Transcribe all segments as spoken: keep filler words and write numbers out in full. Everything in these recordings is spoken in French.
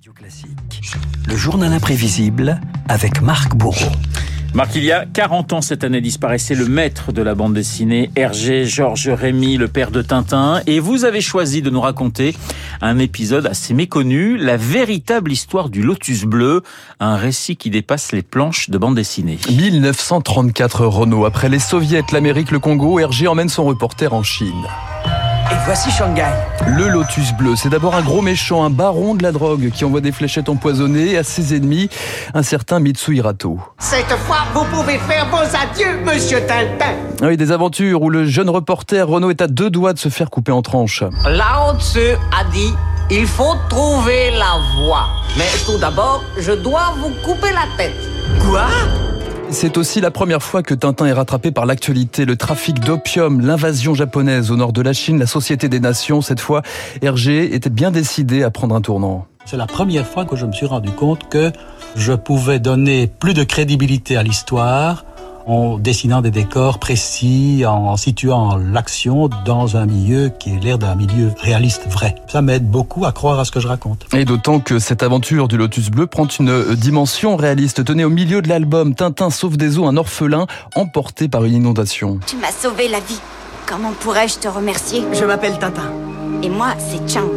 Radio Classique, le journal imprévisible avec Marc Bourreau. Marc, il y a quarante ans cette année disparaissait le maître de la bande dessinée, Hergé Georges Rémy, le père de Tintin. Et vous avez choisi de nous raconter un épisode assez méconnu, la véritable histoire du Lotus Bleu, un récit qui dépasse les planches de bande dessinée. mille neuf cent trente-quatre, Renaud. Après les Soviets, l'Amérique, le Congo, Hergé emmène son reporter en Chine. Et voici Shanghai. Le Lotus Bleu, c'est d'abord un gros méchant, un baron de la drogue qui envoie des fléchettes empoisonnées à ses ennemis, un certain Mitsu Hirato. Cette fois, vous pouvez faire vos adieux, monsieur Tintin. Ah oui, des aventures où le jeune reporter Renaud est à deux doigts de se faire couper en tranches. Lao Tzu a dit, il faut trouver la voie. Mais tout d'abord, je dois vous couper la tête. Quoi ? C'est aussi la première fois que Tintin est rattrapé par l'actualité, le trafic d'opium, l'invasion japonaise au nord de la Chine, la Société des Nations. Cette fois, Hergé était bien décidé à prendre un tournant. C'est la première fois que je me suis rendu compte que je pouvais donner plus de crédibilité à l'histoire en dessinant des décors précis, en situant l'action dans un milieu qui est l'air d'un milieu réaliste vrai. Ça m'aide beaucoup à croire à ce que je raconte. Et d'autant que cette aventure du Lotus Bleu prend une dimension réaliste. Tenez, au milieu de l'album, Tintin sauve des eaux un orphelin emporté par une inondation. Tu m'as sauvé la vie. Comment pourrais-je te remercier ? Je m'appelle Tintin. Et moi, c'est Chang.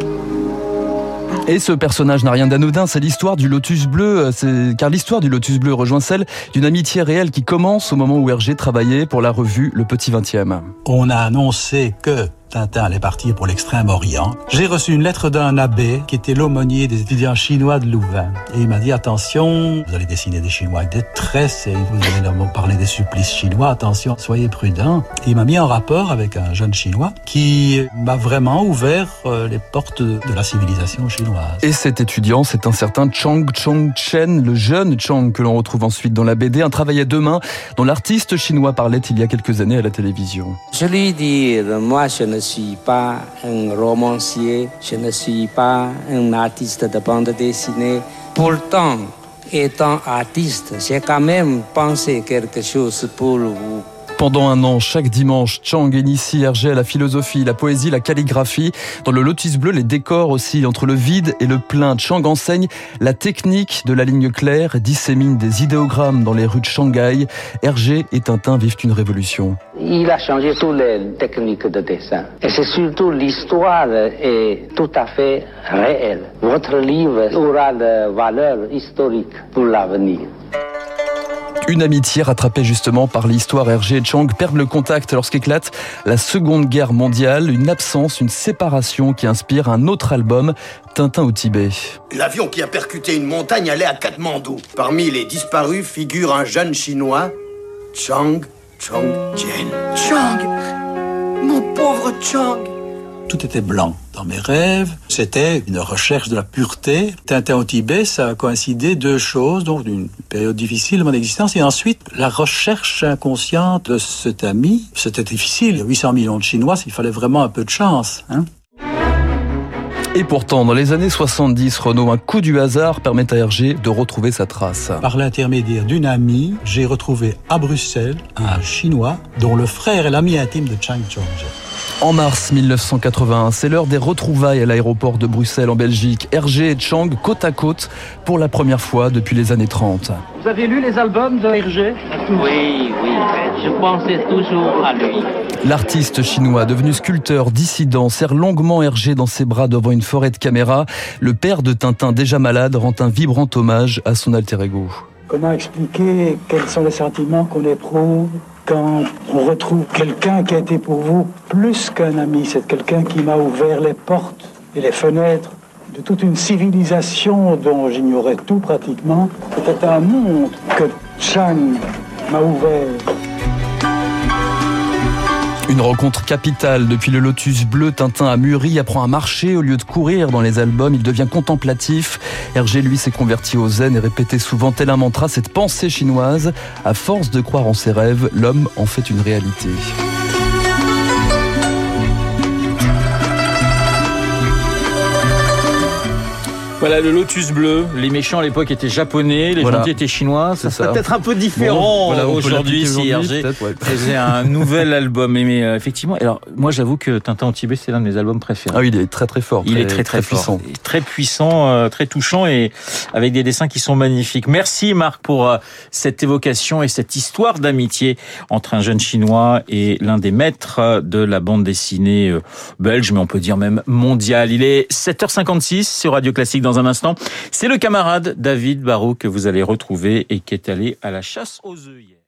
Et ce personnage n'a rien d'anodin, c'est l'histoire du Lotus Bleu, c'est... car l'histoire du Lotus Bleu rejoint celle d'une amitié réelle qui commence au moment où Hergé travaillait pour la revue Le Petit vingtième. On a annoncé que Tintin allait partir pour l'Extrême-Orient. J'ai reçu une lettre d'un abbé qui était l'aumônier des étudiants chinois de Louvain. Et il m'a dit, attention, vous allez dessiner des Chinois avec des tresses et vous allez leur parler des supplices chinois. Attention, soyez prudents. Et il m'a mis en rapport avec un jeune Chinois qui m'a vraiment ouvert les portes de la civilisation chinoise. Et cet étudiant, c'est un certain Chang Chong-chen, le jeune Chang que l'on retrouve ensuite dans la B D, un travail à deux mains dont l'artiste chinois parlait il y a quelques années à la télévision. Je lui dis, moi je ne Je ne suis pas un romancier, je ne suis pas un artiste de bande dessinée. Pourtant, étant artiste, j'ai quand même pensé quelque chose pour vous. Pendant un an, chaque dimanche, Chang initie Hergé à la philosophie, la poésie, la calligraphie. Dans le Lotus Bleu, les décors aussi, entre le vide et le plein. Chang enseigne la technique de la ligne claire et dissémine des idéogrammes dans les rues de Shanghai. Hergé et Tintin vivent une révolution. Il a changé toutes les techniques de dessin. Et c'est surtout l'histoire est tout à fait réelle. Votre livre aura de valeur historique pour l'avenir. Une amitié rattrapée justement par l'histoire. Hergé et Chang perdent le contact lorsqu'éclate la Seconde Guerre mondiale. Une absence, une séparation qui inspire un autre album, Tintin au Tibet. L'avion qui a percuté une montagne allait à Katmandou. Parmi les disparus figure un jeune Chinois, Chang Chong-chen. Chang, mon pauvre Chang. Tout était blanc dans mes rêves. C'était une recherche de la pureté. Tintin au Tibet, ça a coïncidé deux choses, donc une période difficile de mon existence, et ensuite la recherche inconsciente de cet ami. C'était difficile. Il y a huit cents millions de Chinois, il fallait vraiment un peu de chance, hein. Et pourtant, dans les années soixante-dix, Renaud, un coup du hasard permet à Hergé de retrouver sa trace. Par l'intermédiaire d'une amie, j'ai retrouvé à Bruxelles un Chinois dont le frère est l'ami intime de Chang Chong-chen. En mars mille neuf cent quatre-vingt-un, c'est l'heure des retrouvailles à l'aéroport de Bruxelles en Belgique. Hergé et Chang côte à côte pour la première fois depuis les années trente. Vous avez lu les albums de Hergé ? Oui, oui, je pensais toujours à lui. L'artiste chinois, devenu sculpteur dissident, serre longuement Hergé dans ses bras devant une forêt de caméras. Le père de Tintin, déjà malade, rend un vibrant hommage à son alter ego. Comment expliquer quels sont les sentiments qu'on éprouve quand on retrouve quelqu'un qui a été pour vous plus qu'un ami? C'est quelqu'un qui m'a ouvert les portes et les fenêtres de toute une civilisation dont j'ignorais tout pratiquement. C'était un monde que Chang m'a ouvert. Une rencontre capitale. Depuis le Lotus Bleu, Tintin a mûri, apprend à marcher au lieu de courir dans les albums. Il devient contemplatif. Hergé, lui, s'est converti au zen et répétait souvent tel un mantra cette pensée chinoise. À force de croire en ses rêves, l'homme en fait une réalité. Voilà, le Lotus bleu. Les méchants à l'époque étaient japonais, les Voilà. gentils étaient chinois. Ça C'est serait ça. peut-être un peu différent Bon, voilà, on peut aujourd'hui l'appliquer si aujourd'hui, Hergé peut-être, ouais. faisait un nouvel album. Mais, mais euh, effectivement, alors moi j'avoue que Tintin au Tibet, c'est l'un de mes albums préférés. Ah oui, il est très très fort. Il très, est très très, très fort, puissant. très puissant, euh, très touchant et avec des dessins qui sont magnifiques. Merci Marc pour euh, cette évocation et cette histoire d'amitié entre un jeune Chinois et l'un des maîtres de la bande dessinée euh, belge, mais on peut dire même mondiale. Il est sept heures cinquante-six sur Radio Classique. Dans un instant, c'est le camarade David Barrault que vous allez retrouver et qui est allé à la chasse aux œufs hier.